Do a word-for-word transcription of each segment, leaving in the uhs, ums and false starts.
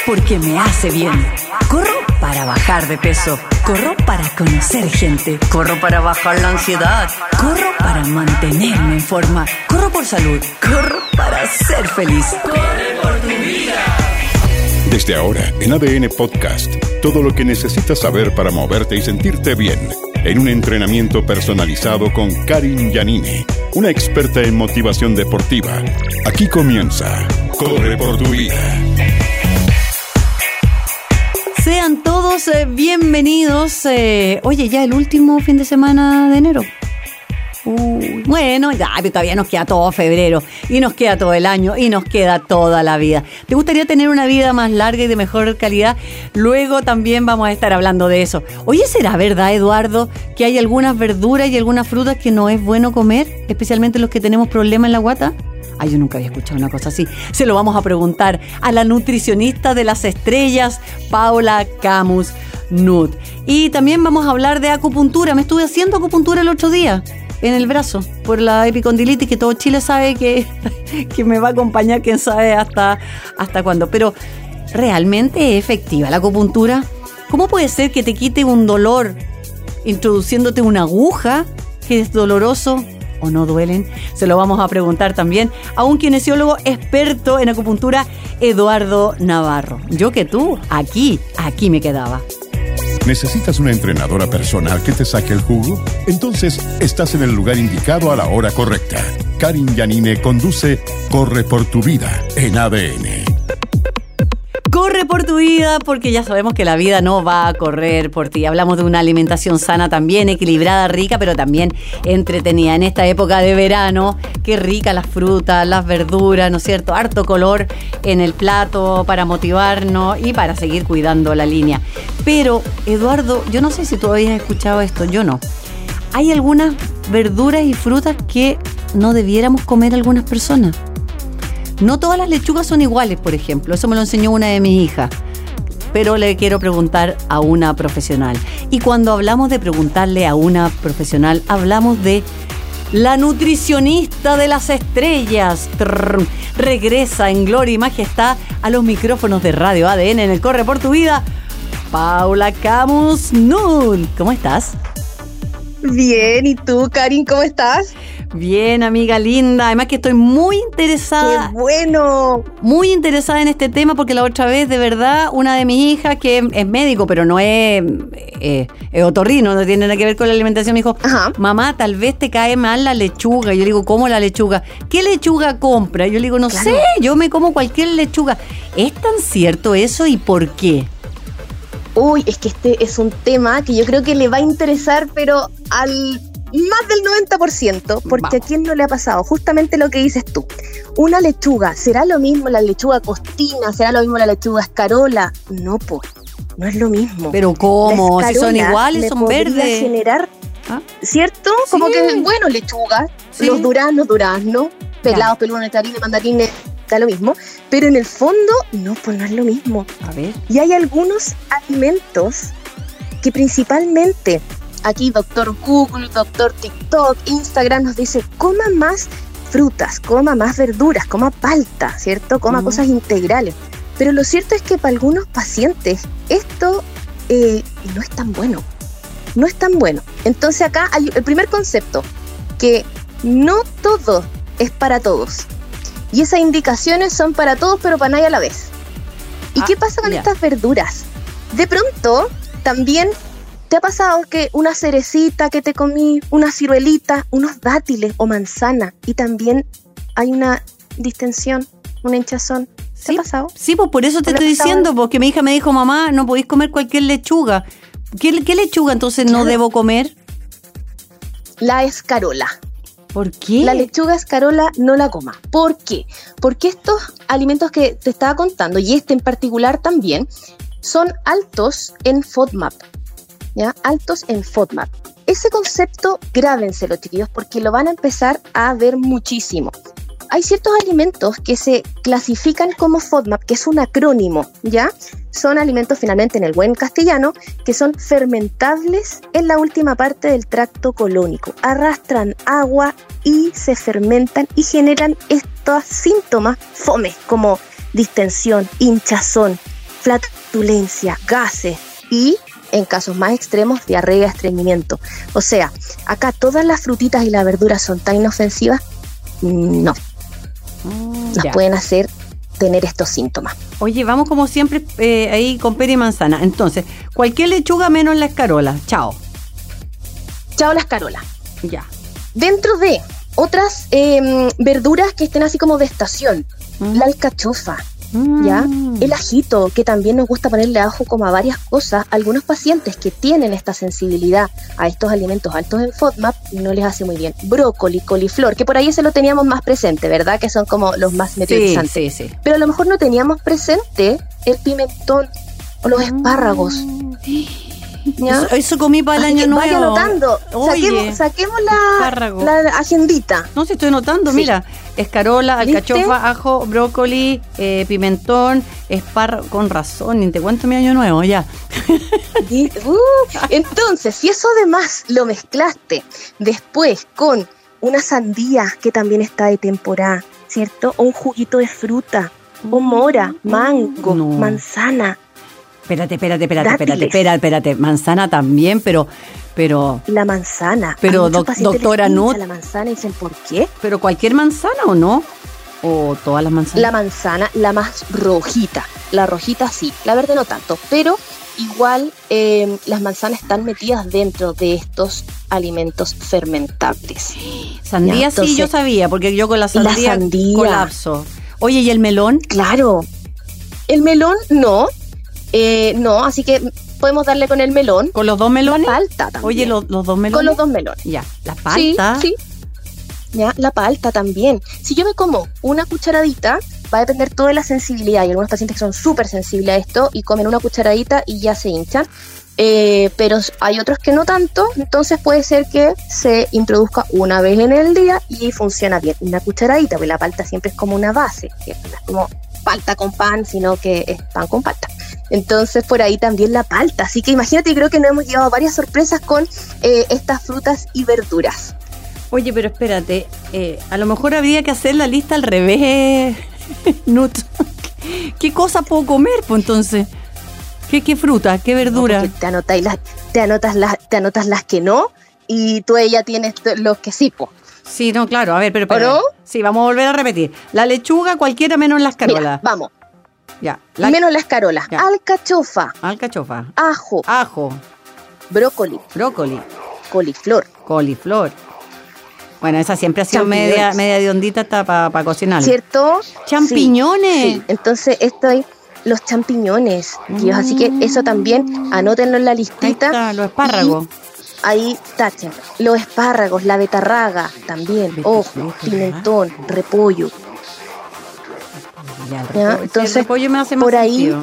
porque me hace bien. Corro para bajar de peso. Corro para conocer gente. Corro para bajar la ansiedad. Corro para mantenerme en forma. Corro por salud. Corro para ser feliz. Corre por tu vida. Desde ahora, en A D N Podcast, todo lo que necesitas saber para moverte y sentirte bien. En un entrenamiento personalizado con Karin Yanine, una experta en motivación deportiva. Aquí comienza Corre por tu vida. Sean todos eh, bienvenidos. Eh, oye, ya el último fin de semana de enero. Uh, bueno, ya, pero todavía nos queda todo febrero, y nos queda todo el año, y nos queda toda la vida. ¿Te gustaría tener una vida más larga y de mejor calidad? Luego también vamos a estar hablando de eso. Oye, ¿será verdad, Eduardo, que hay algunas verduras y algunas frutas que no es bueno comer? Especialmente los que tenemos problemas en la guata. Ay, yo nunca había escuchado una cosa así. Se lo vamos a preguntar a la nutricionista de las estrellas, Paula Camus Nut. Y también vamos a hablar de acupuntura. Me estuve haciendo acupuntura el otro día en el brazo por la epicondilitis, que todo Chile sabe que, que me va a acompañar, quién sabe hasta, hasta cuándo. Pero ¿realmente es efectiva la acupuntura? ¿Cómo puede ser que te quite un dolor introduciéndote una aguja que es doloroso o no duelen? Se lo vamos a preguntar también a un kinesiólogo experto en acupuntura, Eduardo Navarro. Yo que tú, aquí, aquí me quedaba. ¿Necesitas una entrenadora personal que te saque el jugo? Entonces estás en el lugar indicado a la hora correcta. Karin Yanine conduce Corre por tu vida en A D N. Corre por tu vida, porque ya sabemos que la vida no va a correr por ti. Hablamos de una alimentación sana también, equilibrada, rica, pero también entretenida. En esta época de verano, qué rica las frutas, las verduras, ¿no es cierto? Harto color en el plato para motivarnos y para seguir cuidando la línea. Pero, Eduardo, yo no sé si tú habías escuchado esto, yo no. Hay algunas verduras y frutas que no debiéramos comer algunas personas. No todas las lechugas son iguales, por ejemplo. Eso me lo enseñó una de mis hijas. Pero le quiero preguntar a una profesional. Y cuando hablamos de preguntarle a una profesional, hablamos de la nutricionista de las estrellas. Trrr, regresa en gloria y majestad a los micrófonos de Radio A D N en el Corre por tu Vida, Paula Camus Nut. ¿Cómo estás? Bien, ¿y tú, Karin, cómo estás? Bien, amiga linda. Además que estoy muy interesada. ¡Qué bueno! Muy interesada en este tema porque la otra vez, de verdad, una de mis hijas, que es médico, pero no es, eh, es otorrino, no tiene nada que ver con la alimentación, me dijo, Ajá. Mamá, tal vez te cae mal la lechuga. Y yo le digo, ¿cómo la lechuga? ¿Qué lechuga compra? Y yo le digo, no claro. sé, yo me como cualquier lechuga. ¿Es tan cierto eso y por qué? Uy, es que este es un tema que yo creo que le va a interesar, pero al más del noventa por ciento, porque Vamos. ¿A quién no le ha pasado? Justamente lo que dices tú. Una lechuga, ¿será lo mismo la lechuga costina? ¿Será lo mismo la lechuga escarola? No, pues, no es lo mismo. ¿Pero cómo? Si son iguales, son verdes. Generar, ¿Ah? ¿cierto? Sí. Como que, bueno, lechugas, sí. los duraznos, duraznos, pelados, ya. peludos, nectarines, mandarines, da lo mismo, pero en el fondo, no, pues no es lo mismo. A ver. Y hay algunos alimentos que principalmente, aquí doctor Google, doctor TikTok, Instagram nos dice, coma más frutas, coma más verduras, coma palta, ¿cierto? Coma mm. cosas integrales. Pero lo cierto es que para algunos pacientes esto eh, no es tan bueno. No es tan bueno. Entonces acá hay el primer concepto, que no todo es para todos. Y esas indicaciones son para todos, pero para nadie a la vez. ¿Y ah, qué pasa con yeah. estas verduras? De pronto, también te ha pasado que una cerecita que te comí, una ciruelita, unos dátiles o manzana, y también hay una distensión, una hinchazón. ¿Te sí, ha pasado? Sí, pues por eso te estoy diciendo, porque mi hija me dijo, mamá, no podéis comer cualquier lechuga. ¿Qué, qué lechuga entonces claro. no debo comer? La escarola. ¿Por qué? La lechuga escarola no la coma. ¿Por qué? Porque estos alimentos que te estaba contando, y este en particular también, son altos en FODMAP, ¿ya? Altos en FODMAP. Ese concepto, grábenselo, chiquillos, porque lo van a empezar a ver muchísimo. Hay ciertos alimentos que se clasifican como FODMAP, que es un acrónimo, ¿ya? Son alimentos, finalmente, en el buen castellano, que son fermentables en la última parte del tracto colónico. Arrastran agua y se fermentan y generan estos síntomas fome, como distensión, hinchazón, flatulencia, gases y, en casos más extremos, diarrea, estreñimiento. O sea, acá todas las frutitas y las verduras son tan inofensivas, no. Mm, Nos ya. pueden hacer tener estos síntomas. Oye, vamos como siempre eh, ahí con pera y manzana. Entonces, cualquier lechuga menos la escarola. Chao. Chao la escarola. Ya. Dentro de otras eh, verduras que estén así como de estación, Mm. la alcachofa, Mm. ¿ya? El ajito, que también nos gusta ponerle ajo como a varias cosas. Algunos pacientes que tienen esta sensibilidad a estos alimentos altos en FODMAP no les hace muy bien. Brócoli, coliflor, que por ahí se lo teníamos más presente, ¿verdad? Que son como los más Sí, meteorizantes. sí, sí. Pero a lo mejor no teníamos presente el pimentón o los espárragos. ¿Ya? Eso, eso comí para el Así año que nuevo. vaya anotando. Oye, Saquemos, saquemos la, espárrago. la agendita. No, si estoy notando, Sí. mira, escarola, ¿Viste? alcachofa, ajo, brócoli, eh, pimentón, espárrago, con razón, ni te cuento mi año nuevo, ya. Y, uh, entonces, si eso además lo mezclaste después con una sandía que también está de temporada, ¿cierto? O un juguito de fruta, o mora, mango, No. manzana, Espérate, espérate, espérate, espérate, Dátiles. espérate, espérate, manzana también, pero, pero, la manzana. Pero, A muchos doc- pacientes doctora les pincha Nut- la manzana y dicen, ¿por qué? pero cualquier manzana o no, o todas las manzanas. La manzana, la más rojita. La rojita sí, la verde no tanto, pero igual eh, las manzanas están metidas dentro de estos alimentos fermentables. Sandía Ya, sí, yo entonces, sabía, porque yo con la sandía, sandía. colapso. Oye, ¿y el melón? Claro. El melón no, eh, no, así que podemos darle con el melón. ¿Con los dos melones? Palta también. Oye, los, los dos melones. Con los dos melones. Ya, la palta. Sí, sí. Ya, la palta también. Si yo me como una cucharadita, va a depender todo de la sensibilidad. Hay algunos pacientes que son súper sensibles a esto y comen una cucharadita y ya se hinchan. Eh, pero hay otros que no tanto, entonces puede ser que se introduzca una vez en el día y funciona bien. Una cucharadita, porque la palta siempre es como una base, que no es como palta con pan, sino que es pan con palta. Entonces por ahí también la palta. Así que imagínate, creo que nos hemos llevado varias sorpresas con eh, estas frutas y verduras. Oye, pero espérate, eh, a lo mejor habría que hacer la lista al revés, Nut. ¿Qué cosa puedo comer, pues entonces? ¿Qué, qué fruta? ¿Qué verdura? Porque te anotáis las, te anotas las, te anotas las que no, y tú ella tienes t- los que sí, po. Sí, no, claro, a ver, pero, ¿O pero no? sí, vamos a volver a repetir. La lechuga, cualquiera menos la escarola. Mira, vamos, Ya, la menos la escarola, Ya. alcachofa, alcachofa, ajo, ajo, brócoli, brócoli, coliflor, coliflor. Bueno, esa siempre ha sido Champiñones. media, media de ondita hasta para cocinar. ¿cierto? Champiñones. Sí, sí. Entonces esto hay los champiñones, tíos, así que eso también anótenlo en la Ahí listita. está, los espárragos. Ahí tachen los espárragos, la betarraga también, Betarraga. ojo, pimentón, repollo. Ya, el Ya, repollo. entonces, Sí, el repollo me hace más por ahí- sentido.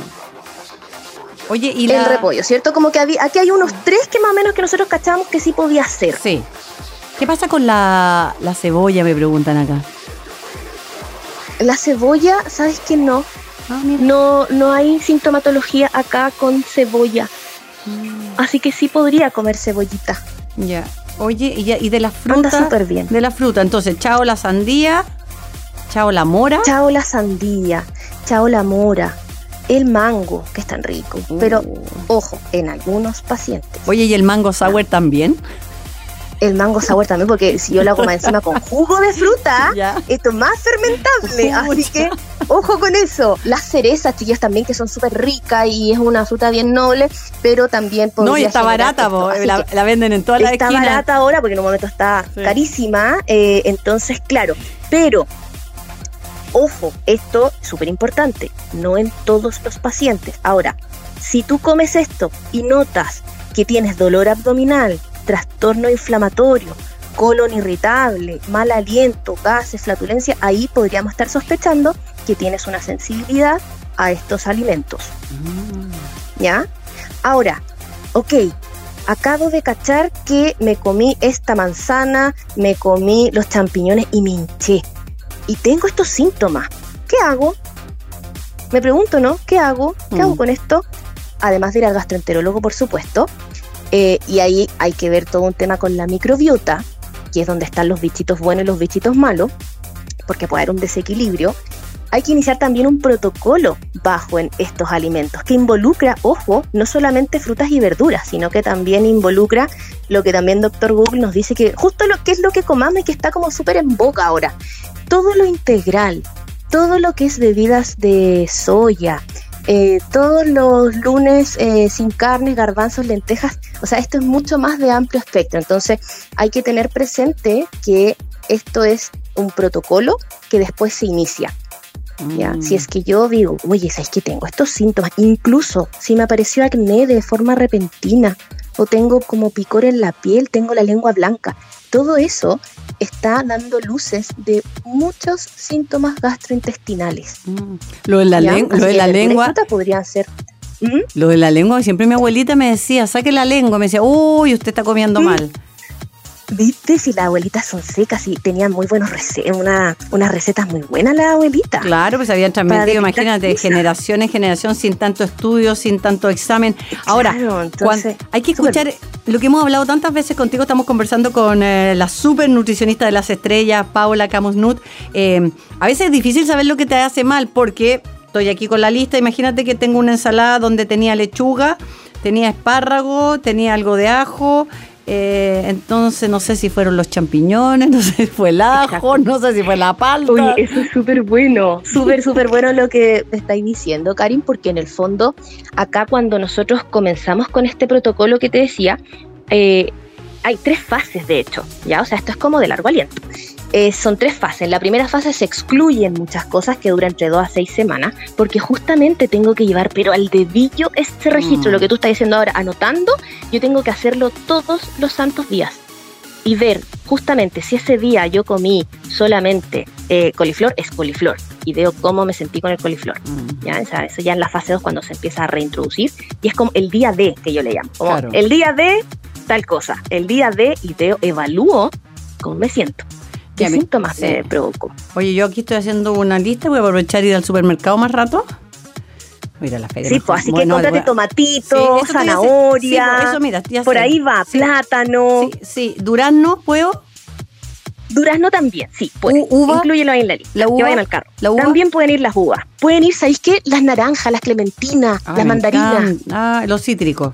Oye, y la... El repollo, ¿cierto? Como que había, aquí hay unos tres que más o menos que nosotros cachábamos que sí podía ser. Sí. ¿Qué pasa con la, la cebolla? Me preguntan acá. La cebolla, ¿sabes qué? No, Ah, mira. no, no hay sintomatología acá con cebolla. Así que sí podría comer cebollita. Ya. Oye, y, ya, y de la Anda fruta. súper bien. De la fruta. Entonces, chao la sandía, chao la mora. Chao la sandía, chao la mora, el mango, que es tan rico. Pero, ojo, en algunos pacientes. Oye, ¿y el mango sour también? El mango sour también, porque si yo lo hago más encima con jugo de fruta, Ya. esto es más fermentable. Así Pucha. que, ojo con eso. Las cerezas, chicas, también, que son súper ricas y es una fruta bien noble, pero también podría No, y está generar barata, esto. po, Así la, que la venden en todas las está esquinas. barata ahora, porque en un momento está Sí. carísima. eh, entonces, claro, pero, ojo, esto es súper importante, no en todos los pacientes. Ahora, si tú comes esto y notas que tienes dolor abdominal, trastorno inflamatorio, colon irritable, mal aliento, gases, flatulencia, ahí podríamos estar sospechando que tienes una sensibilidad a estos alimentos. ¿Ya? Ahora, ok, acabo de cachar que me comí esta manzana, me comí los champiñones y me hinché. Y tengo estos síntomas. ¿Qué hago? Me pregunto, ¿no? ¿Qué hago? ¿Qué Mm. hago con esto? Además de ir al gastroenterólogo, por supuesto. Eh, y ahí hay que ver todo un tema con la microbiota, que es donde están los bichitos buenos y los bichitos malos, porque puede haber un desequilibrio. hay que iniciar también un protocolo bajo en estos alimentos que involucra, ojo, no solamente frutas y verduras, sino que también involucra lo que también doctor Google nos dice que justo lo que es lo que comamos y que está como súper en boca ahora. Todo lo integral, todo lo que es bebidas de soya, eh, todos los lunes eh, sin carnes, garbanzos, lentejas, o sea, esto es mucho más de amplio espectro. Entonces hay que tener presente que esto es un protocolo que después se inicia. ¿Ya? Mm. Si es que yo digo, oye, ¿sabes que tengo estos síntomas? Incluso si me apareció acné de forma repentina o tengo como picor en la piel, tengo la lengua blanca, todo eso está dando luces de muchos síntomas gastrointestinales. Mm. Lo de la, len- lo de la lengua podrían ser. ¿Mm? Lo de la lengua, siempre mi abuelita me decía, saque la lengua, me decía, uy, usted está comiendo ¿Mm? mal. ¿Viste? Si las abuelitas son secas y tenían muy buenos recetas, una, unas recetas muy buenas las abuelitas. Claro, pues habían transmitido, imagínate, de generación en generación, sin tanto estudio, sin tanto examen. Ahora, claro, entonces, cuando, hay que escuchar super. Lo que hemos hablado tantas veces contigo. Estamos conversando con eh, la super nutricionista de las estrellas, Paula Camusnut. Eh, a veces es difícil saber lo que te hace mal porque estoy aquí con la lista. Imagínate que tengo una ensalada donde tenía lechuga, tenía espárrago, tenía algo de ajo. Eh, entonces no sé si fueron los champiñones, no sé si fue el ajo, exacto. No sé si fue la palta. Oye, eso es súper bueno, súper, súper bueno lo que te estáis diciendo, Karin, porque en el fondo, acá cuando nosotros comenzamos con este protocolo que te decía, eh, hay tres fases de hecho, ¿ya? O sea, esto es como de largo aliento. Eh, son tres fases. En la primera fase se excluyen muchas cosas que duran entre dos a seis semanas, porque justamente tengo que llevar, pero al dedillo, este registro, mm. lo que tú estás diciendo ahora, anotando, yo tengo que hacerlo todos los santos días y ver justamente si ese día yo comí solamente eh, coliflor, es coliflor, y veo cómo me sentí con el coliflor. Mm. ¿Ya? O sea, eso ya en la fase dos cuando se empieza a reintroducir, y es como el día D que yo le llamo, como claro. El día de tal cosa, el día de, y veo, evalúo cómo me siento. ¿Qué síntomas me sí. provocó? Oye, yo aquí estoy haciendo una lista, voy a aprovechar y ir al supermercado más rato. Mira la feria. Sí, pues así bueno, que cómprate tomatito, sí, zanahoria, sí, eso, mira, ya por sé. Ahí va, sí. Plátano. Sí, sí, durazno, ¿puedo? Durazno también, sí, puede. ¿Uva? Inclúyelo ahí en la lista, ¿La uva? Que vayan al carro. ¿La uva? También pueden ir las uvas. Pueden ir, ¿sabéis qué? Las naranjas, las clementinas, ah, las mandarinas. Ah, los cítricos.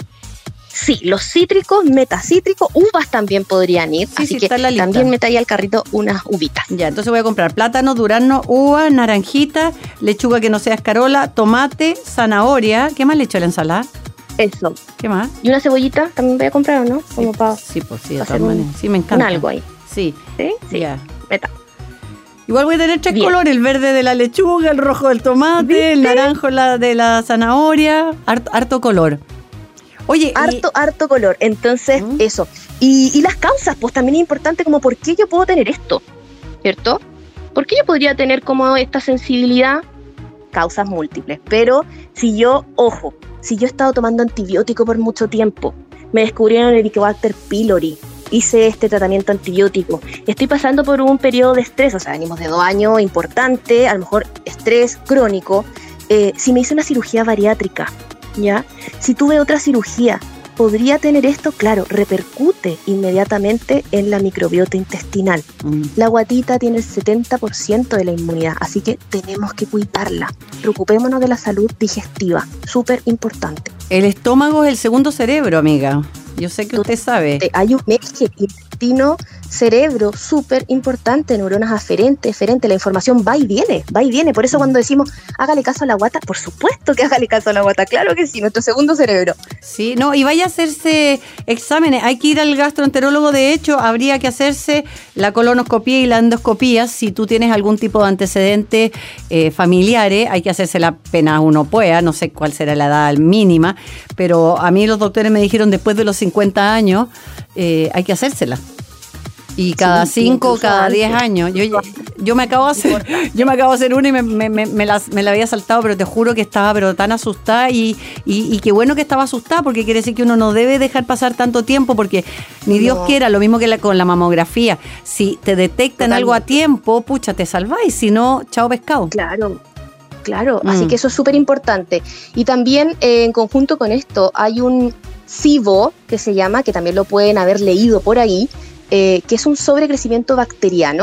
Sí, los cítricos, metacítricos, uvas también podrían ir, sí, así sí, que también meta ahí al carrito unas uvitas. Ya, entonces voy a comprar plátano, durazno, uva, naranjita, lechuga que no sea escarola, tomate, zanahoria. ¿Qué más le echo a la ensalada? Eso. ¿Qué más? Y una cebollita también voy a comprar, ¿o no? Sí, como para, sí, pues sí, de todas maneras. Sí, me encanta. Un algo ahí. Sí. ¿Sí? Sí. Ya. Meta. Igual voy a tener tres Bien. colores, el verde de la lechuga, el rojo del tomate, ¿viste? El naranjo la de la zanahoria, harto, harto color. Oye, harto, y... harto color. Entonces, ¿Mm? eso. Y, y las causas, pues también es importante, como por qué yo puedo tener esto, ¿cierto? ¿Por qué yo podría tener como esta sensibilidad? Causas múltiples. Pero si yo, ojo, si yo he estado tomando antibiótico por mucho tiempo, me descubrieron el Helicobacter pylori, hice este tratamiento antibiótico, estoy pasando por un periodo de estrés, o sea, venimos de dos años importante, a lo mejor estrés crónico, eh, si me hice una cirugía bariátrica, ¿ya? Si tuve otra cirugía, ¿podría tener esto? Claro, repercute inmediatamente en la microbiota intestinal. Mm. La guatita tiene el setenta por ciento de la inmunidad, así que tenemos que cuidarla. Preocupémonos de la salud digestiva, súper importante. El estómago es el segundo cerebro, amiga. Yo sé que usted sabe. Hay un eje intestino, cerebro, súper importante, neuronas aferentes, eferentes, la información va y viene, va y viene. Por eso cuando decimos, hágale caso a la guata, por supuesto que hágale caso a la guata, claro que sí, nuestro segundo cerebro. Sí, no, y vaya a hacerse exámenes, hay que ir al gastroenterólogo, de hecho, habría que hacerse la colonoscopía y la endoscopía, si tú tienes algún tipo de antecedentes eh, familiares, hay que hacerse la apenas uno pueda, no sé cuál será la edad mínima, pero a mí los doctores me dijeron después de los cincuenta años, eh, hay que hacérsela. Y cada sí, cinco, cada diez años. Yo, yo me acabo de hacer, yo me acabo de hacer una y me, me, me, me, la, me la había saltado, pero te juro que estaba pero tan asustada y, y, y qué bueno que estaba asustada, porque quiere decir que uno no debe dejar pasar tanto tiempo, porque ni Dios no. quiera, lo mismo que la, con la mamografía. Si te detectan Totalmente. algo a tiempo, pucha, te salváis, si no, chao pescado. Claro. Claro, mm. así que eso es súper importante. Y también eh, en conjunto con esto hay un SIBO que se llama, que también lo pueden haber leído por ahí, eh, que es un sobrecrecimiento bacteriano,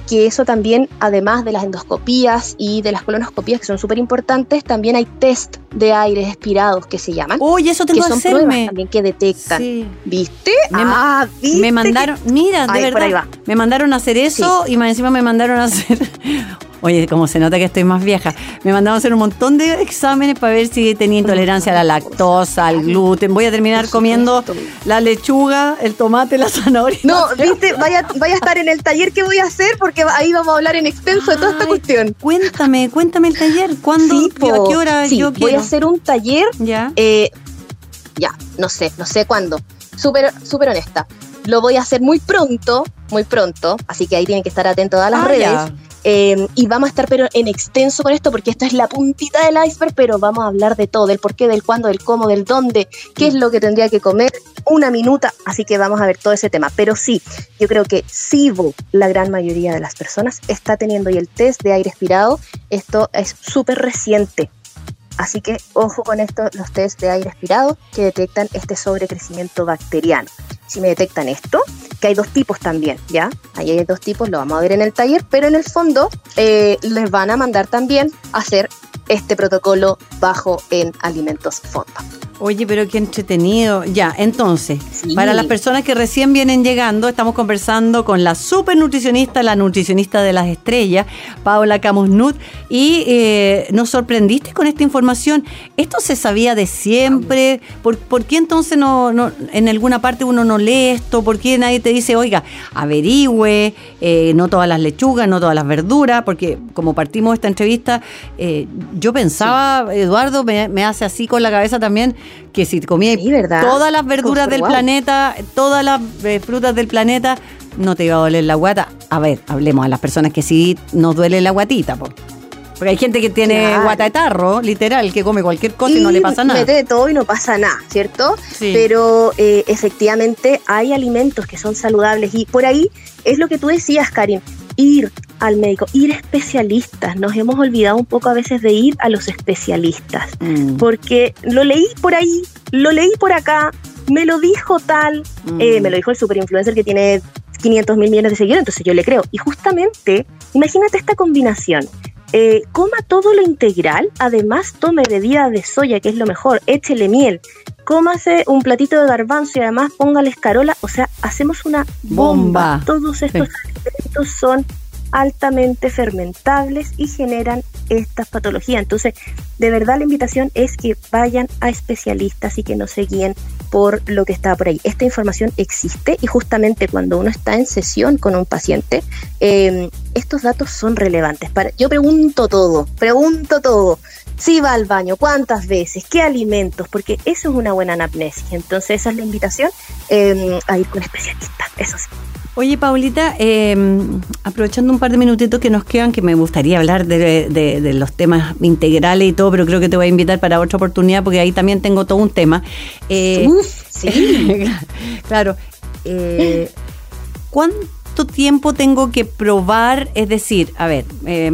que eso también, además de las endoscopías y de las colonoscopías, que son súper importantes, también hay test de aires expirados que se llaman. Uy, eso tengo que son que hacerme. pruebas también que detectan. Sí. ¿Viste? Me, ah, ¿viste? Me mandaron, mira, de Ahí, por ahí verdad, va. me mandaron a hacer eso Sí. y más encima me mandaron a hacer... Oye, como se nota que estoy más vieja, me mandaron a hacer un montón de exámenes para ver si tenía intolerancia a la lactosa, al gluten. Voy a terminar comiendo la lechuga, el tomate, la zanahoria. No, viste, vaya, vaya a estar en el taller que voy a hacer porque ahí vamos a hablar en extenso de toda esta Ay, cuestión. Cuéntame, cuéntame el taller. ¿Cuándo? Sí, po. ¿A qué hora Sí, yo voy quiero? a hacer un taller, Ya. eh, ya, no sé, no sé cuándo. Súper, súper honesta. Lo voy a hacer muy pronto, muy pronto, así que ahí tienen que estar atentos a las Ah, redes. ya. Eh, y vamos a estar pero en extenso con esto porque esta es la puntita del iceberg, pero vamos a hablar de todo, del por qué, del cuándo, del cómo, del dónde, qué es lo que tendría que comer, una minuta, así que vamos a ver todo ese tema. Pero sí, yo creo que SIBO, la gran mayoría de las personas, está teniendo y el test de aire expirado, esto es súper reciente. Así que ojo con esto, los test de aire expirado que detectan este sobrecrecimiento bacteriano. Si me detectan esto, que hay dos tipos también, ¿ya? Ahí hay dos tipos, lo vamos a ver en el taller, pero en el fondo eh, les van a mandar también a hacer este protocolo bajo en alimentos FODMAP. Oye, pero qué entretenido. Ya, entonces, Sí. para las personas que recién vienen llegando, estamos conversando con la super nutricionista, la nutricionista de las estrellas, Paola Camusnut, y eh, nos sorprendiste con esta información. ¿Esto se sabía de siempre? ¿Por, por qué entonces no, no en alguna parte uno no lee esto? ¿Por qué nadie te dice, oiga, averigüe, eh, no todas las lechugas, no todas las verduras? Porque como partimos esta entrevista, eh, yo pensaba, sí. Eduardo me, me hace así con la cabeza también, que si comía sí, ¿verdad? todas las verduras del wow. planeta, todas las eh, frutas del planeta, no te iba a doler la guata. A ver, hablemos a las personas que sí nos duele la guatita, po. Porque hay gente que tiene claro. guata de tarro, literal, que come cualquier cosa y, y no le pasa nada. Mete de todo y no pasa nada, ¿cierto? Sí. Pero eh, efectivamente hay alimentos que son saludables y por ahí es lo que tú decías, Karin, ir al médico, ir a especialistas. Nos hemos olvidado un poco a veces de ir a los especialistas, mm. porque lo leí por ahí, lo leí por acá, me lo dijo tal, mm. eh, me lo dijo el superinfluencer que tiene quinientos mil millones de seguidores, entonces yo le creo. Y justamente, imagínate esta combinación. Eh, coma todo lo integral, además tome bebida de soya, que es lo mejor, échele miel, cómase un platito de garbanzo y además póngale escarola, o sea, hacemos una bomba. bomba. Todos estos sí. alimentos son altamente fermentables y generan estas patologías. Entonces, de verdad la invitación es que vayan a especialistas y que no se guíen por lo que está por ahí. Esta información existe y justamente cuando uno está en sesión con un paciente, eh, estos datos son relevantes. Para, yo pregunto todo, pregunto todo. Si va al baño, cuántas veces, qué alimentos, porque eso es una buena anamnesis. Entonces esa es la invitación eh, a ir con especialistas, eso sí. Oye, Paulita, eh, aprovechando un par de minutitos que nos quedan, que me gustaría hablar de, de, de los temas integrales y todo, pero creo que te voy a invitar para otra oportunidad porque ahí también tengo todo un tema. Eh, Uf, sí. Claro. Eh, ¿Cuánto tiempo tengo que probar? Es decir, a ver, eh,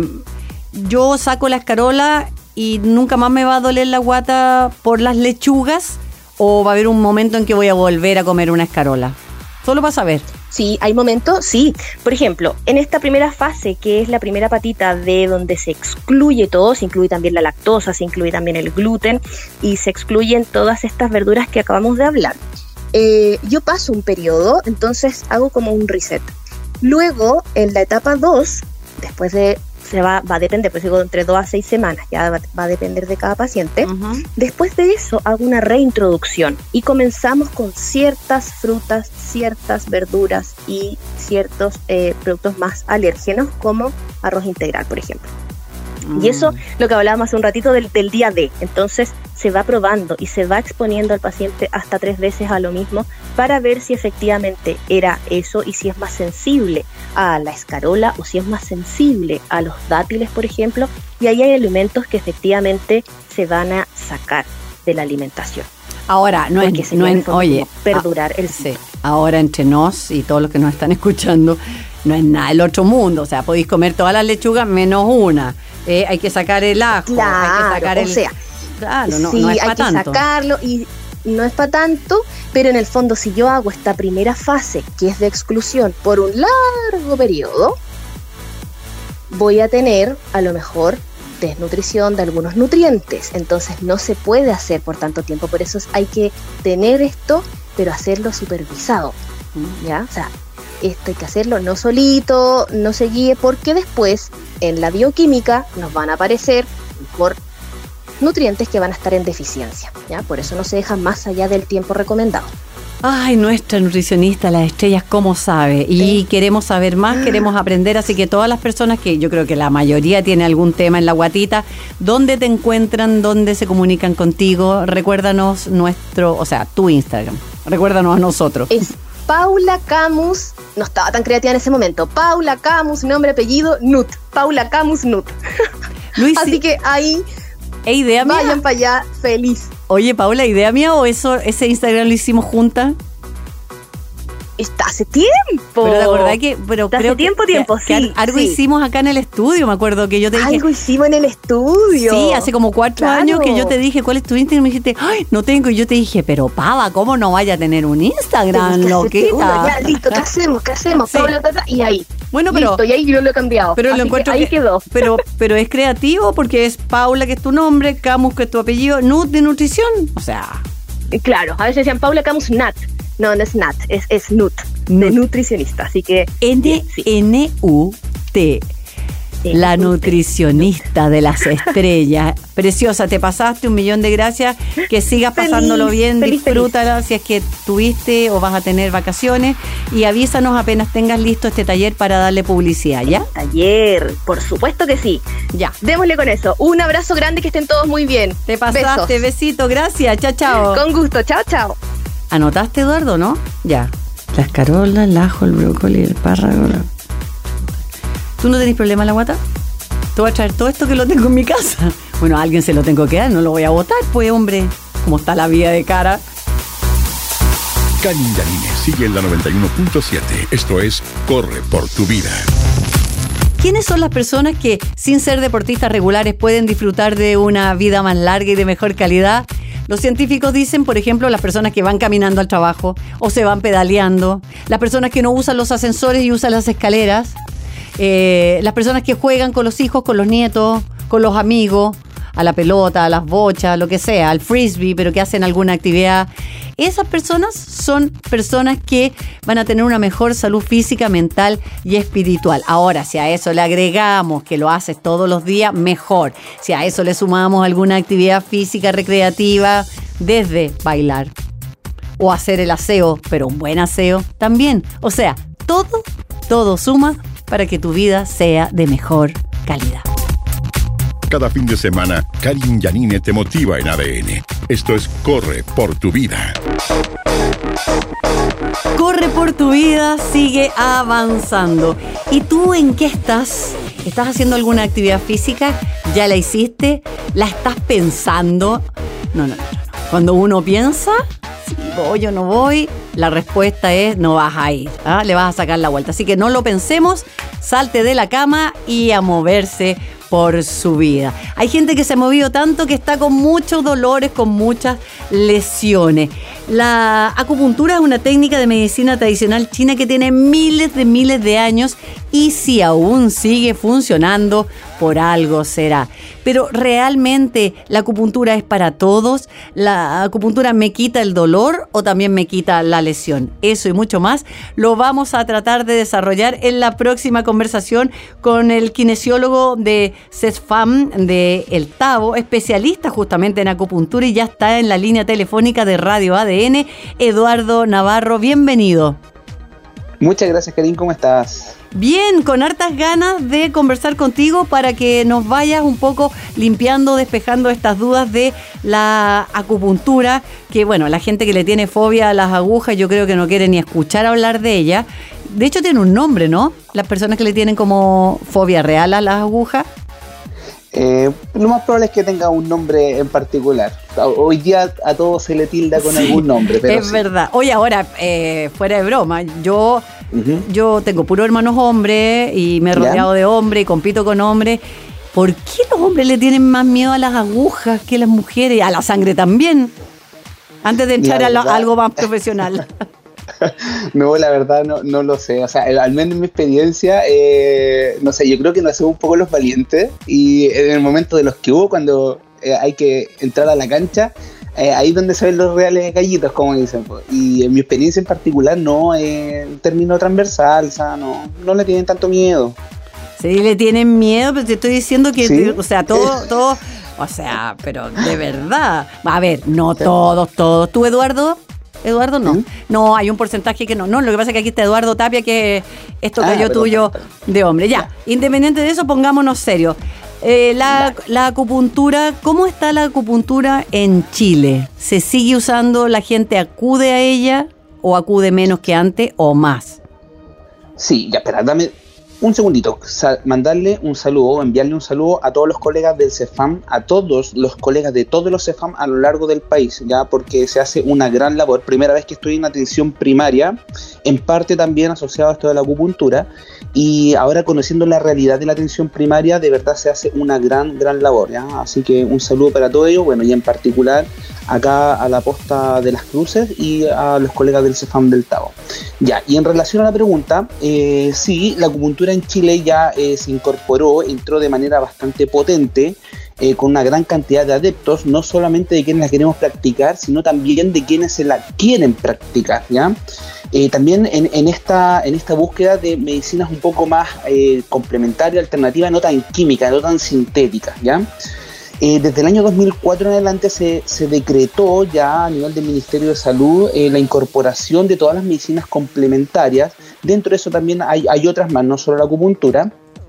yo saco la escarola y nunca más me va a doler la guata por las lechugas, o va a haber un momento en que voy a volver a comer una escarola. Solo para saber. Sí, hay momentos, sí. Por ejemplo, en esta primera fase, que es la primera patita de donde se excluye todo, se incluye también la lactosa, se incluye también el gluten y se excluyen todas estas verduras que acabamos de hablar. Eh, yo paso un periodo, entonces hago como un reset. Luego, en la etapa dos, después de, se va, va a depender, pues digo, entre dos a seis semanas, ya va, va a depender de cada paciente. Uh-huh. Después de eso, hago una reintroducción y comenzamos con ciertas frutas, ciertas verduras y ciertos eh, productos más alérgenos, como arroz integral, por ejemplo. Mm. Y eso, lo que hablábamos hace un ratito del, del día D. Entonces, se va probando y se va exponiendo al paciente hasta tres veces a lo mismo para ver si efectivamente era eso y si es más sensible a la escarola o si es más sensible a los dátiles, por ejemplo. Y ahí hay alimentos que efectivamente se van a sacar de la alimentación. Ahora, no es, no es oye, perdurar a, el sí, ahora entre nos y todos los que nos están escuchando, no es nada del otro mundo. O sea, podéis comer todas las lechugas menos una. Eh, hay que sacar el ajo, claro, hay que sacar el... o sea, claro, no, sí, no es hay para que tanto. sacarlo y no es para tanto, pero en el fondo si yo hago esta primera fase, que es de exclusión por un largo periodo, voy a tener a lo mejor desnutrición de algunos nutrientes, entonces no se puede hacer por tanto tiempo, por eso hay que tener esto, pero hacerlo supervisado, ¿ya? O sea, esto hay que hacerlo no solito, no se guíe, porque después en la bioquímica nos van a aparecer por nutrientes que van a estar en deficiencia, ¿ya? Por eso no se deja más allá del tiempo recomendado. Ay, nuestra nutricionista, las estrellas, ¿cómo sabe? Y sí. Queremos saber más, queremos aprender, así que todas las personas que yo creo que la mayoría tiene algún tema en la guatita, ¿dónde te encuentran? ¿Dónde se comunican contigo? Recuérdanos nuestro, o sea, tu Instagram, recuérdanos a nosotros. Es Paula Camus, no estaba tan creativa en ese momento, Paula Camus, nombre, apellido, Nut, Paula Camus Nut. Luis, así que ahí, ¿e idea mía? Vayan para allá, feliz. Oye, Paula, ¿idea mía o eso, ese Instagram lo hicimos juntas? Está hace tiempo. Pero de verdad que, pero Está creo hace tiempo, que, tiempo, que, sí. Que algo sí. hicimos acá en el estudio, me acuerdo que yo te dije. Algo hicimos en el estudio. Sí, hace como cuatro claro. años que yo te dije, ¿cuál es tu Instagram? Y me dijiste, ay, no tengo. Y yo te dije, pero Pava, ¿cómo no vaya a tener un Instagram, loquita? Ya, listo, ¿qué hacemos? ¿Qué hacemos? Sí. Paula, tata, y ahí. Bueno, pero. Listo, y ahí yo lo he cambiado. Pero así lo encuentro que ahí que, quedó. Pero, pero es creativo porque es Paula, que es tu nombre, Camus, que es tu apellido, Nut de nutrición. O sea. Claro, a veces decían Paula Camus Nat. No, no es Nat, es, es Nut, Nut, de nutricionista. Así que. N N U T. La nutricionista de las estrellas. Preciosa, te pasaste, un millón de gracias. Que sigas feliz, pasándolo bien, feliz, disfrútala feliz. Si es que tuviste o vas a tener vacaciones. Y avísanos apenas tengas listo este taller para darle publicidad, ¿ya? Taller, por supuesto que sí. Ya. Démosle con eso. Un abrazo grande, que estén todos muy bien. Te pasaste, besos. Besito, gracias, chao, chao. Con gusto, chao, chao. ¿Anotaste, Eduardo, no? Ya. Las carolas, el ajo, el brócoli, el espárrago. ¿Tú no tenés problema en la guata? Te voy a traer todo esto que lo tengo en mi casa. Bueno, a alguien se lo tengo que dar, no lo voy a botar, pues, hombre. ¿Cómo está la vida de cara? Karin Yanine sigue en la noventa y uno punto siete. Esto es Corre por tu vida. ¿Quiénes son las personas que, sin ser deportistas regulares, pueden disfrutar de una vida más larga y de mejor calidad? Los científicos dicen, por ejemplo, las personas que van caminando al trabajo o se van pedaleando, las personas que no usan los ascensores y usan las escaleras, eh, las personas que juegan con los hijos, con los nietos, con los amigos, a la pelota, a las bochas, lo que sea, al frisbee, pero que hacen alguna actividad. Esas personas son personas que van a tener una mejor salud física, mental y espiritual. Ahora, si a eso le agregamos que lo haces todos los días, mejor. Si a eso le sumamos alguna actividad física recreativa, desde bailar o hacer el aseo, pero un buen aseo también. O sea, todo, todo suma para que tu vida sea de mejor calidad. Cada fin de semana, Karin Yanine te motiva en A D N. Esto es Corre por tu vida. Corre por tu vida, sigue avanzando. ¿Y tú en qué estás? ¿Estás haciendo alguna actividad física? ¿Ya la hiciste? ¿La estás pensando? No, no, no, no. Cuando uno piensa, si voy o no voy, la respuesta es no vas a ir, ¿ah? Le vas a sacar la vuelta. Así que no lo pensemos, salte de la cama y a moverse por su vida. Hay gente que se ha movido tanto que está con muchos dolores, con muchas lesiones. La acupuntura es una técnica de medicina tradicional china que tiene miles de miles de años y si aún sigue funcionando, por algo será. Pero realmente la acupuntura es para todos. La acupuntura me quita el dolor o también me quita la lesión. Eso y mucho más lo vamos a tratar de desarrollar en la próxima conversación con el kinesiólogo de CESFAM de El Tabo, especialista justamente en acupuntura y ya está en la línea telefónica de Radio A D N, Eduardo Navarro. Bienvenido. Muchas gracias, Karin. ¿Cómo estás? Bien, con hartas ganas de conversar contigo para que nos vayas un poco limpiando, despejando estas dudas de la acupuntura, que bueno, la gente que le tiene fobia a las agujas yo creo que no quiere ni escuchar hablar de ella. De hecho tiene un nombre, ¿no? Las personas que le tienen como fobia real a las agujas. Eh, lo más probable es que tenga un nombre en particular. Hoy día a todos se le tilda con sí, algún nombre. Pero es sí. verdad. Oye, ahora, eh, fuera de broma, yo, uh-huh. yo tengo puros hermanos hombres y me he rodeado ¿Ya? de hombres y compito con hombres. ¿Por qué los hombres le tienen más miedo a las agujas que las mujeres? A la sangre también. Antes de entrar a, la, a algo más profesional. No, la verdad no, no lo sé. O sea, al menos en mi experiencia, eh, no sé, yo creo que nos hacemos un poco los valientes y en el momento de los que hubo, cuando eh, hay que entrar a la cancha, eh, ahí es donde se ven los reales gallitos, como dicen. Pues. Y en mi experiencia en particular, no, eh, en términos transversal, o sea, no, no le tienen tanto miedo. Sí, le tienen miedo, pero te estoy diciendo que, ¿Sí? te, o sea, todo, todo, o sea, pero de verdad. A ver, no todos, todos. ¿Tú, Eduardo? Eduardo, no. ¿Mm? No, hay un porcentaje que no. No, lo que pasa es que aquí está Eduardo Tapia, que esto que ah, yo tuyo pero, pero. de hombre. Ya, ya, independiente de eso, pongámonos serios. Eh, la, la acupuntura, ¿cómo está la acupuntura en Chile? ¿Se sigue usando? ¿La gente acude a ella o acude menos que antes o más? Sí, ya, espera, dame un segundito. Sa- mandarle un saludo, enviarle un saludo a todos los colegas del CEFAM, a todos los colegas de todos los CEFAM a lo largo del país, ya, porque se hace una gran labor. Primera vez que estoy en atención primaria, en parte también asociado a esto de la acupuntura, y ahora conociendo la realidad de la atención primaria, de verdad se hace una gran, gran labor, ¿ya? Así que un saludo para todos ellos, bueno, y en particular acá a la Posta de las Cruces y a los colegas del CEFAM del Tabo. Ya, y en relación a la pregunta, eh, sí, la acupuntura en Chile ya eh, se incorporó, entró de manera bastante potente, eh, con una gran cantidad de adeptos, no solamente de quienes la queremos practicar, sino también de quienes se la quieren practicar, ¿ya? Eh, también en, en, esta, en esta búsqueda de medicinas un poco más eh, complementarias, alternativas, no tan químicas, no tan sintéticas, ¿ya? Eh, desde el año dos mil cuatro en adelante se, se decretó ya a nivel del Ministerio de Salud eh, la incorporación de todas las medicinas complementarias. Dentro de eso también hay, hay otras más, no solo la acupuntura.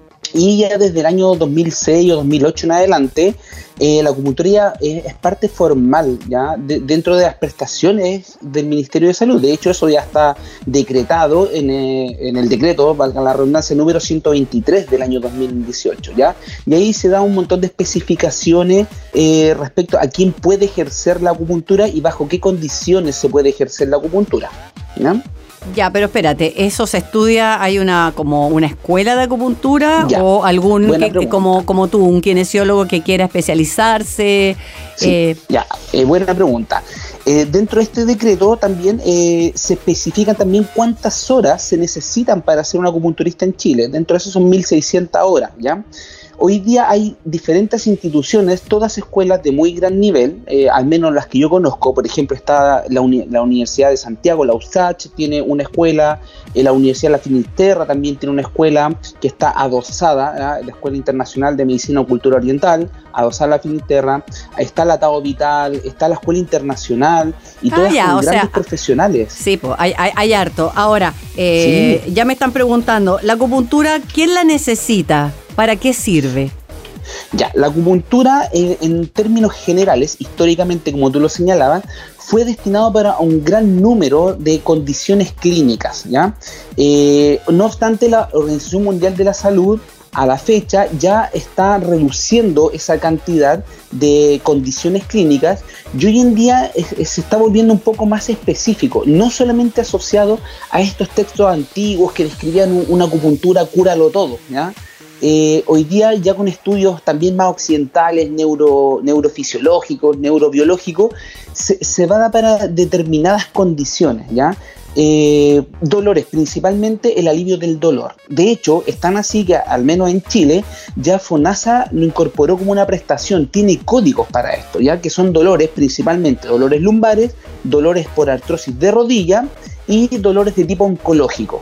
Y ya desde el año dos mil seis o dos mil ocho en adelante, eh, la acupuntura ya es, es parte formal ya de, dentro de las prestaciones del Ministerio de Salud. De hecho, eso ya está decretado en, eh, en el decreto, valga la redundancia, número ciento veintitrés del año dos mil dieciocho. ¿ya? Y ahí se da un montón de especificaciones eh, respecto a quién puede ejercer la acupuntura y bajo qué condiciones se puede ejercer la acupuntura. ¿Ya? Ya, pero espérate, ¿eso se estudia? ¿Hay una como una escuela de acupuntura ya. o algún que, que como, como tú, un kinesiólogo que quiera especializarse? Sí, eh, ya, eh, buena pregunta. Eh, dentro de este decreto también eh, se especifican también cuántas horas se necesitan para ser un acupunturista en Chile. Dentro de eso son mil seiscientas horas, ¿ya? Hoy día hay diferentes instituciones, todas escuelas de muy gran nivel, eh, al menos las que yo conozco. Por ejemplo, está la, uni- la Universidad de Santiago, la U S A C H, tiene una escuela, eh, la Universidad de la Finisterra también tiene una escuela que está adosada, ¿eh? La Escuela Internacional de Medicina y Cultura Oriental, adosada a la Finisterra, está la Tao Vital, está la Escuela Internacional, y ah, todas ya, son grandes sea, profesionales. Sí, pues hay, hay, hay harto. Ahora, eh, sí. ya me están preguntando, ¿la acupuntura quién la necesita? ¿Para qué sirve? Ya, la acupuntura eh, en términos generales, históricamente, como tú lo señalabas, fue destinado para un gran número de condiciones clínicas, ¿ya? Eh, no obstante, la Organización Mundial de la Salud a la fecha ya está reduciendo esa cantidad de condiciones clínicas y hoy en día es, es, se está volviendo un poco más específico, no solamente asociado a estos textos antiguos que describían un, una acupuntura cúralo todo, ¿ya? Eh, hoy día ya con estudios también más occidentales, neuro, neurofisiológicos, neurobiológicos, se, se va a dar para determinadas condiciones, ¿ya? Eh, dolores, principalmente el alivio del dolor. De hecho, están así que al menos en Chile ya FONASA lo incorporó como una prestación, tiene códigos para esto, ya que son dolores, principalmente dolores lumbares, dolores por artrosis de rodilla y dolores de tipo oncológico.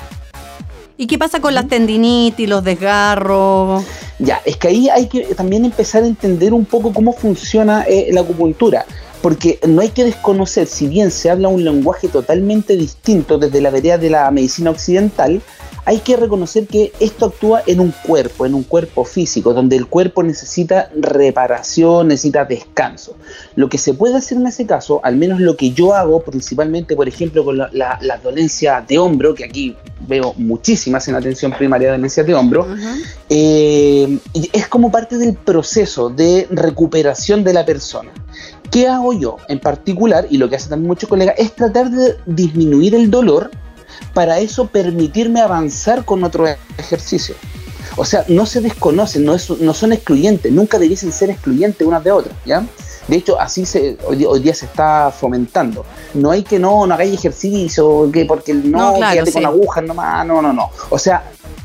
¿Y qué pasa con las tendinitis, los desgarros? Ya, es que ahí hay que también empezar a entender un poco cómo funciona eh, la acupuntura, porque no hay que desconocer, si bien se habla un lenguaje totalmente distinto desde la vereda de la medicina occidental, hay que reconocer que esto actúa en un cuerpo, en un cuerpo físico, donde el cuerpo necesita reparación, necesita descanso. Lo que se puede hacer en ese caso, al menos lo que yo hago, principalmente, por ejemplo, con la, la, la dolencia de hombro, que aquí veo muchísimas en la atención primaria de dolencias de hombro, uh-huh. eh, es como parte del proceso de recuperación de la persona. ¿Qué hago yo en particular? Y lo que hacen también muchos colegas es tratar de disminuir el dolor, para eso permitirme avanzar con otro ejercicio. O sea, no se desconocen, no, es, no son excluyentes, nunca debiesen ser excluyentes unas de otras, ¿ya? De hecho, así se, hoy, día, hoy día se está fomentando. No hay que no, no hagáis ejercicio, que porque no, no claro, quédate sí. con agujas nomás, no, no, no. O sea,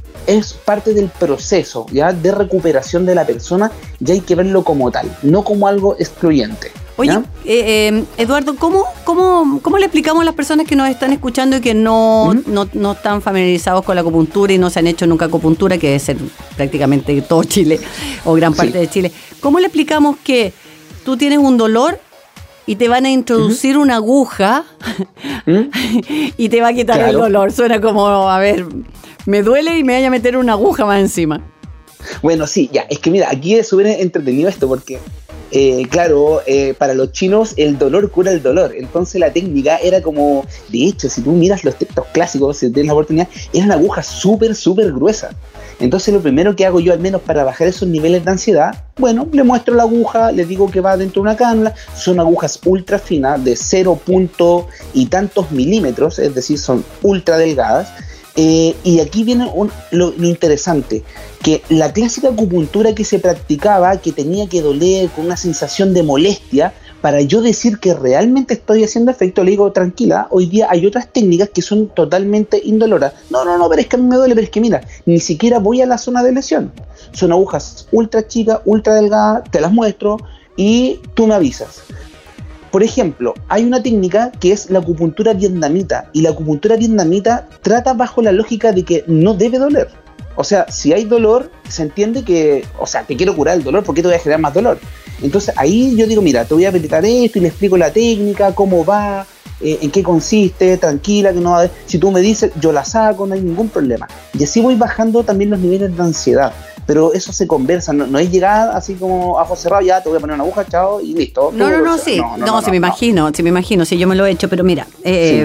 es parte del proceso ya de recuperación de la persona y hay que verlo como tal, no como algo excluyente. Oye, eh, eh, Eduardo, ¿cómo, cómo, ¿cómo le explicamos a las personas que nos están escuchando y que no, uh-huh. no, no están familiarizados con la acupuntura y no se han hecho nunca acupuntura, que debe ser prácticamente todo Chile o gran parte sí. de Chile? ¿Cómo le explicamos que tú tienes un dolor y te van a introducir uh-huh. una aguja uh-huh. y te va a quitar claro. el dolor? Suena como, a ver, me duele y me vaya a meter una aguja más encima. Bueno, sí, ya, es que mira, aquí es súper entretenido esto porque... Eh, claro, eh, para los chinos el dolor cura el dolor, entonces la técnica era como, de hecho, si tú miras los textos clásicos, si tienes la oportunidad, eran agujas súper, súper gruesas. Entonces lo primero que hago yo, al menos para bajar esos niveles de ansiedad, bueno, le muestro la aguja, le digo que va dentro de una cánula, son agujas ultra finas de cero punto y tantos milímetros, es decir, son ultra delgadas. Eh, y aquí viene un, lo, lo interesante, que la clásica acupuntura que se practicaba, que tenía que doler con una sensación de molestia, para yo decir que realmente estoy haciendo efecto, le digo, tranquila, hoy día hay otras técnicas que son totalmente indoloras. No, no, no, pero es que a mí me duele, pero es que mira, ni siquiera voy a la zona de lesión. Son agujas ultra chicas, ultra delgadas, te las muestro y tú me avisas. Por ejemplo, hay una técnica que es la acupuntura vietnamita, y la acupuntura vietnamita trata bajo la lógica de que no debe doler. O sea, si hay dolor, se entiende que, o sea, te quiero curar el dolor, ¿por qué te voy a generar más dolor? Entonces ahí yo digo, mira, te voy a aplicar esto y le explico la técnica, cómo va, eh, en qué consiste, tranquila, que no va a... Si tú me dices, yo la saco, no hay ningún problema. Y así voy bajando también los niveles de ansiedad. Pero eso se conversa, no, no es llegar así como a ojos cerrados, ya te voy a poner una aguja, chao, y listo. No, no, no, sí, no, no, no, no, no, sí, no, me no. imagino, sí me imagino, sí, yo me lo he hecho, pero mira, eh,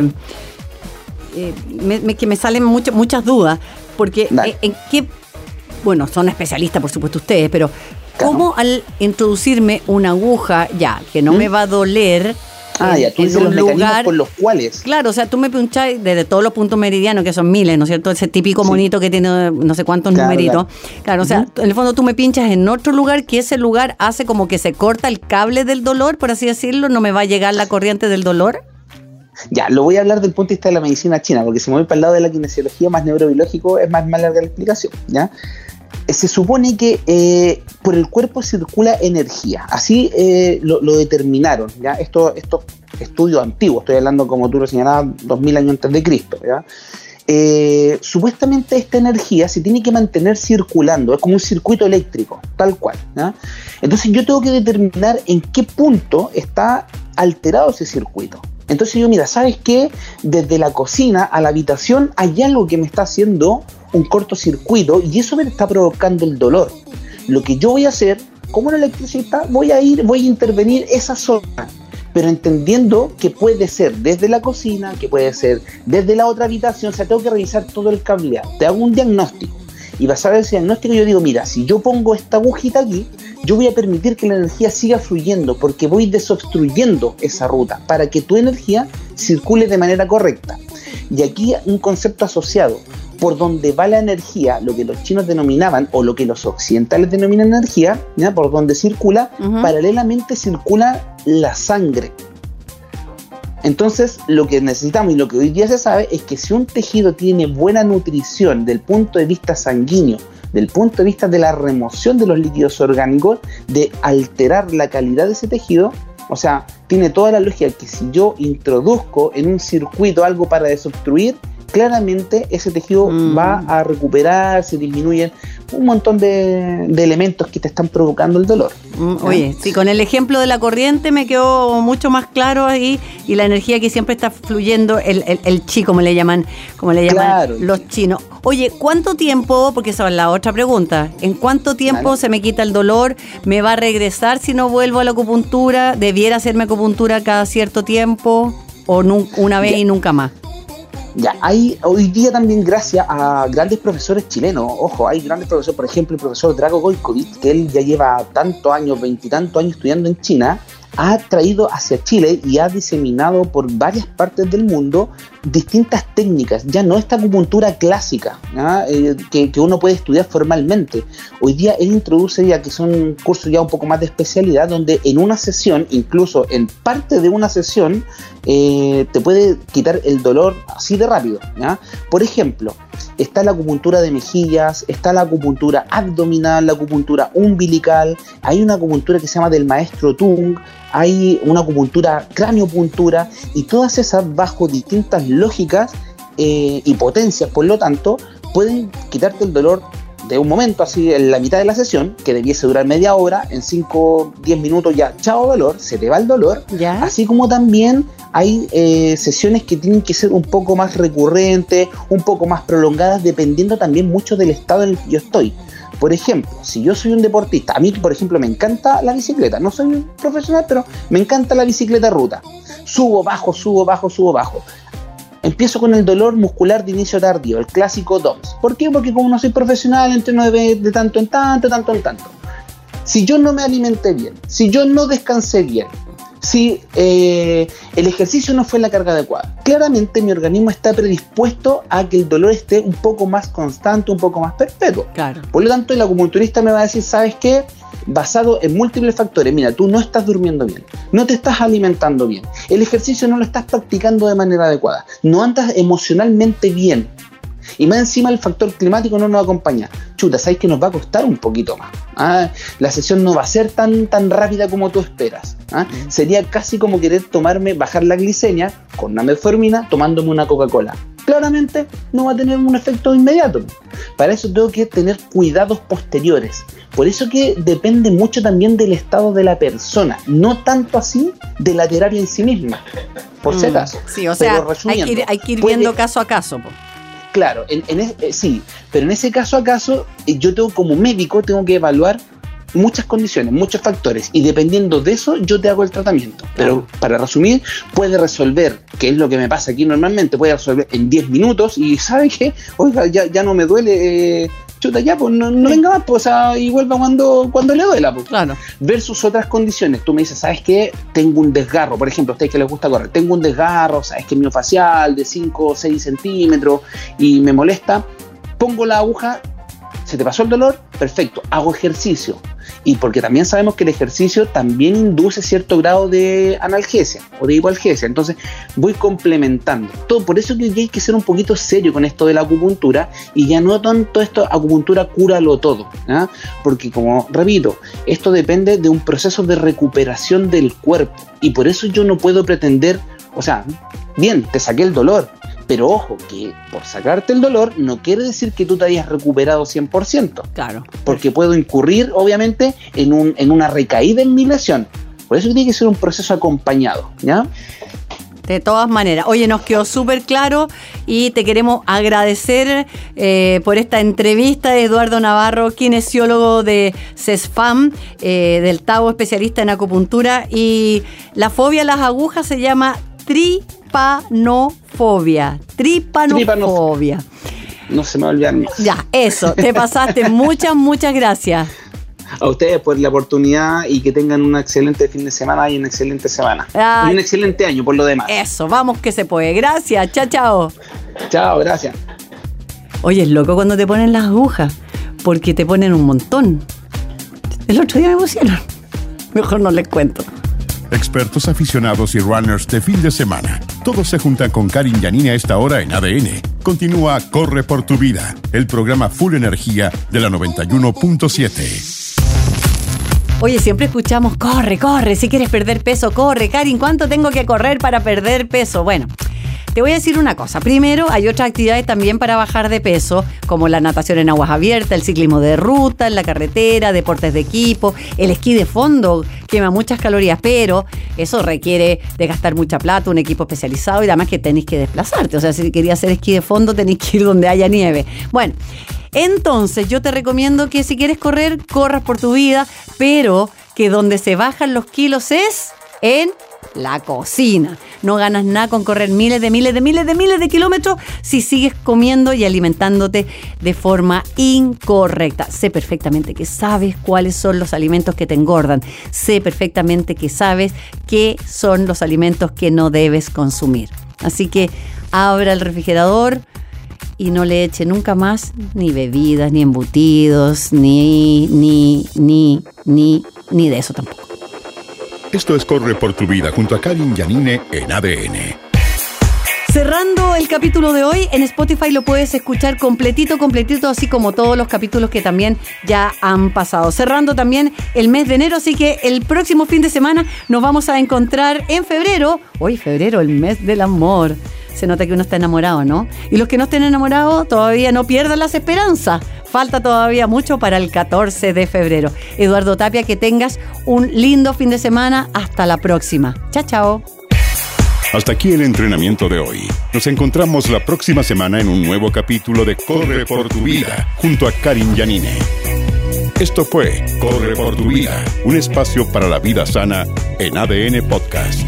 sí. eh, me, me, que me salen muchas muchas dudas, porque eh, en qué, bueno, son especialistas por supuesto ustedes, pero claro. ¿cómo al introducirme una aguja, ya, que no ¿Mm? me va a doler... Ah, ya, tú dices los lugar, mecanismos por los cuales. Claro, o sea, tú me punchas desde todos los puntos meridianos, que son miles, ¿no es cierto? Ese típico sí. monito que tiene no sé cuántos claro, numeritos. Claro, claro o sea, uh-huh. en el fondo tú me pinchas en otro lugar, que ese lugar hace como que se corta el cable del dolor, por así decirlo, no me va a llegar la corriente del dolor. Ya, lo voy a hablar del punto de vista de la medicina china, porque si me voy para el lado de la kinesiología más neurobiológico, es más, más larga la explicación, ¿ya? Se supone que eh, por el cuerpo circula energía, así eh, lo, lo determinaron, ¿ya? Esto, estos estudios antiguos, estoy hablando como tú lo señalabas, dos mil años antes de Cristo, ¿ya? Eh, supuestamente esta energía se tiene que mantener circulando, es como un circuito eléctrico, tal cual, ¿ya? Entonces yo tengo que determinar en qué punto está alterado ese circuito. Entonces yo, mira, ¿sabes qué? Desde la cocina a la habitación hay algo que me está haciendo un cortocircuito y eso me está provocando el dolor. Lo que yo voy a hacer, como un electricista, voy a ir, voy a intervenir esa zona, pero entendiendo que puede ser desde la cocina, que puede ser desde la otra habitación, o sea, tengo que revisar todo el cableado. Te hago un diagnóstico y basado en ese diagnóstico yo digo, mira, si yo pongo esta agujita aquí, yo voy a permitir que la energía siga fluyendo porque voy desobstruyendo esa ruta para que tu energía circule de manera correcta. Y aquí un concepto asociado, por donde va la energía, lo que los chinos denominaban, o lo que los occidentales denominan energía, ¿ya? Por donde circula, uh-huh. paralelamente circula la sangre. Entonces, lo que necesitamos y lo que hoy día se sabe es que si un tejido tiene buena nutrición del punto de vista sanguíneo, del punto de vista de la remoción de los líquidos orgánicos, de alterar la calidad de ese tejido, o sea, tiene toda la lógica que si yo introduzco en un circuito algo para desobstruir, claramente ese tejido mm. va a recuperar, se disminuyen un montón de, de elementos que te están provocando el dolor. Mm, oye, sí, con el ejemplo de la corriente me quedó mucho más claro ahí, y la energía que siempre está fluyendo, el, el, el chi, como le llaman, como le llaman claro. los chinos. Oye, ¿cuánto tiempo, porque esa es la otra pregunta, en cuánto tiempo vale. se me quita el dolor? ¿Me va a regresar si no vuelvo a la acupuntura? ¿Debiera hacerme acupuntura cada cierto tiempo? ¿O nu- una vez ya. y nunca más? Ya, hay hoy día también, gracias a grandes profesores chilenos, ojo, hay grandes profesores, por ejemplo el profesor Drago Gojkovic, que él ya lleva tantos años, veintitantos años estudiando en China, ha traído hacia Chile y ha diseminado por varias partes del mundo distintas técnicas, ya no esta acupuntura clásica, eh, que, que uno puede estudiar formalmente. Hoy día él introduce ya que son cursos ya un poco más de especialidad, donde en una sesión, incluso en parte de una sesión, eh, te puede quitar el dolor así de rápido, ¿ya? Por ejemplo, está la acupuntura de mejillas, está la acupuntura abdominal, la acupuntura umbilical, hay una acupuntura que se llama del maestro Tung, hay una acupuntura craniopuntura, y todas esas bajo distintas lógicas eh, y potencias, por lo tanto, pueden quitarte el dolor de un momento, así en la mitad de la sesión, que debiese durar media hora, en cinco a diez minutos ya, chao dolor, se te va el dolor. ¿Ya? Así como también hay eh, sesiones que tienen que ser un poco más recurrentes, un poco más prolongadas, dependiendo también mucho del estado en el que yo estoy. Por ejemplo, si yo soy un deportista, a mí por ejemplo me encanta la bicicleta, no soy un profesional, pero me encanta la bicicleta ruta. Subo, bajo, subo, bajo, subo, bajo. Empiezo con el dolor muscular de inicio tardío, el clásico D O M S. ¿Por qué? Porque como no soy profesional, entreno de, de tanto en tanto, tanto en tanto. Si yo no me alimenté bien, si yo no descansé bien, si eh, el ejercicio no fue en la carga adecuada, claramente mi organismo está predispuesto a que el dolor esté un poco más constante, un poco más perpetuo. Claro. Por lo tanto, el acupunturista me va a decir, ¿sabes qué? Basado en múltiples factores, mira, tú no estás durmiendo bien, no te estás alimentando bien, el ejercicio no lo estás practicando de manera adecuada, no andas emocionalmente bien, y más encima el factor climático no nos acompaña. Chuta, sabes que nos va a costar un poquito más. ¿Ah? La sesión no va a ser tan, tan rápida como tú esperas. ¿Ah? Mm. Sería casi como querer tomarme, bajar la glicemia con una metformina tomándome una Coca-Cola. Claramente no va a tener un efecto inmediato. Para eso tengo que tener cuidados posteriores. Por eso que depende mucho también del estado de la persona, no tanto así de la terapia en sí misma, por mm. si acaso. Sí, o sea, hay que ir, hay que ir puede, viendo caso a caso. Po. Claro, en, en es, eh, sí, pero en ese caso a caso, eh, yo tengo como médico, tengo que evaluar muchas condiciones, muchos factores, y dependiendo de eso yo te hago el tratamiento. Pero para resumir, puede resolver, que es lo que me pasa aquí normalmente, puede resolver en diez minutos y ¿sabe qué? Oiga, ya, ya no me duele, eh, chuta ya, pues no, no venga más, pues, o sea, y vuelva cuando, cuando le duela, pues. Claro. Versus otras condiciones, tú me dices, ¿sabes qué? Tengo un desgarro, por ejemplo, a ustedes que les gusta correr, tengo un desgarro, ¿sabes qué? Miofacial de cinco o seis centímetros y me molesta, pongo la aguja, ¿se te pasó el dolor? Perfecto, hago ejercicio. Y porque también sabemos que el ejercicio también induce cierto grado de analgesia o de hipoalgesia. Entonces voy complementando. Todo, por eso que hay que ser un poquito serio con esto de la acupuntura y ya no tanto esto, acupuntura cúralo todo. ¿eh? Porque como repito, esto depende de un proceso de recuperación del cuerpo. Y por eso yo no puedo pretender, o sea, bien, te saqué el dolor. Pero ojo, que por sacarte el dolor no quiere decir que tú te hayas recuperado cien por ciento. Claro. Porque puedo incurrir, obviamente, en, un, en una recaída en mi lesión. Por eso tiene que ser un proceso acompañado, ¿ya? De todas maneras. Oye, nos quedó súper claro y te queremos agradecer eh, por esta entrevista de Eduardo Navarro, kinesiólogo de CESFAM, eh, del Tao, especialista en acupuntura. Y la fobia a las agujas se llama tripanofobia. Tripanofobia. No se me va a olvidar más. Ya, eso. Te pasaste. Muchas, muchas gracias. A ustedes por la oportunidad y que tengan un excelente fin de semana y una excelente semana. Ay, y un excelente año por lo demás. Eso, vamos que se puede. Gracias. Chao, chao. Chao, gracias. Oye, es loco cuando te ponen las agujas, porque te ponen un montón. El otro día me pusieron. Mejor no les cuento. Expertos, aficionados y runners de fin de semana. Todos se juntan con Karin Yanine a esta hora en A D N. Continúa Corre por tu Vida, el programa Full Energía de la noventa y uno punto siete. Oye, siempre escuchamos, corre, corre, si quieres perder peso, corre. Karin, ¿cuánto tengo que correr para perder peso? Bueno, te voy a decir una cosa. Primero, hay otras actividades también para bajar de peso, como la natación en aguas abiertas, el ciclismo de ruta, en la carretera, deportes de equipo, el esquí de fondo, quema muchas calorías, pero eso requiere de gastar mucha plata, un equipo especializado y además que tenéis que desplazarte. O sea, si querías hacer esquí de fondo, tenéis que ir donde haya nieve. Bueno, entonces yo te recomiendo que si quieres correr, corras por tu vida, pero que donde se bajan los kilos es en la cocina. no ganas nada con correr miles de miles de miles de miles de kilómetros si sigues comiendo y alimentándote de forma incorrecta. Sé perfectamente que sabes cuáles son los alimentos que te engordan. Sé perfectamente que sabes qué son los alimentos que no debes consumir. Así que abra el refrigerador y no le eche nunca más ni bebidas, ni embutidos, ni, ni, ni, ni, ni de eso tampoco. Esto es Corre por tu Vida junto a Karin Yanine en A D N. Cerrando el capítulo de hoy, en Spotify lo puedes escuchar completito, completito, así como todos los capítulos que también ya han pasado. Cerrando también el mes de enero, así que el próximo fin de semana nos vamos a encontrar en febrero. Hoy febrero, el mes del amor. Se nota que uno está enamorado, ¿no? Y los que no estén enamorados todavía no pierdan las esperanzas. Falta todavía mucho para el catorce de febrero. Eduardo Tapia, que tengas un lindo fin de semana. Hasta la próxima. Chao, chao. Hasta aquí el entrenamiento de hoy. Nos encontramos la próxima semana en un nuevo capítulo de Corre por tu Vida junto a Karin Yanine. Esto fue Corre por tu Vida, un espacio para la vida sana en A D N Podcast.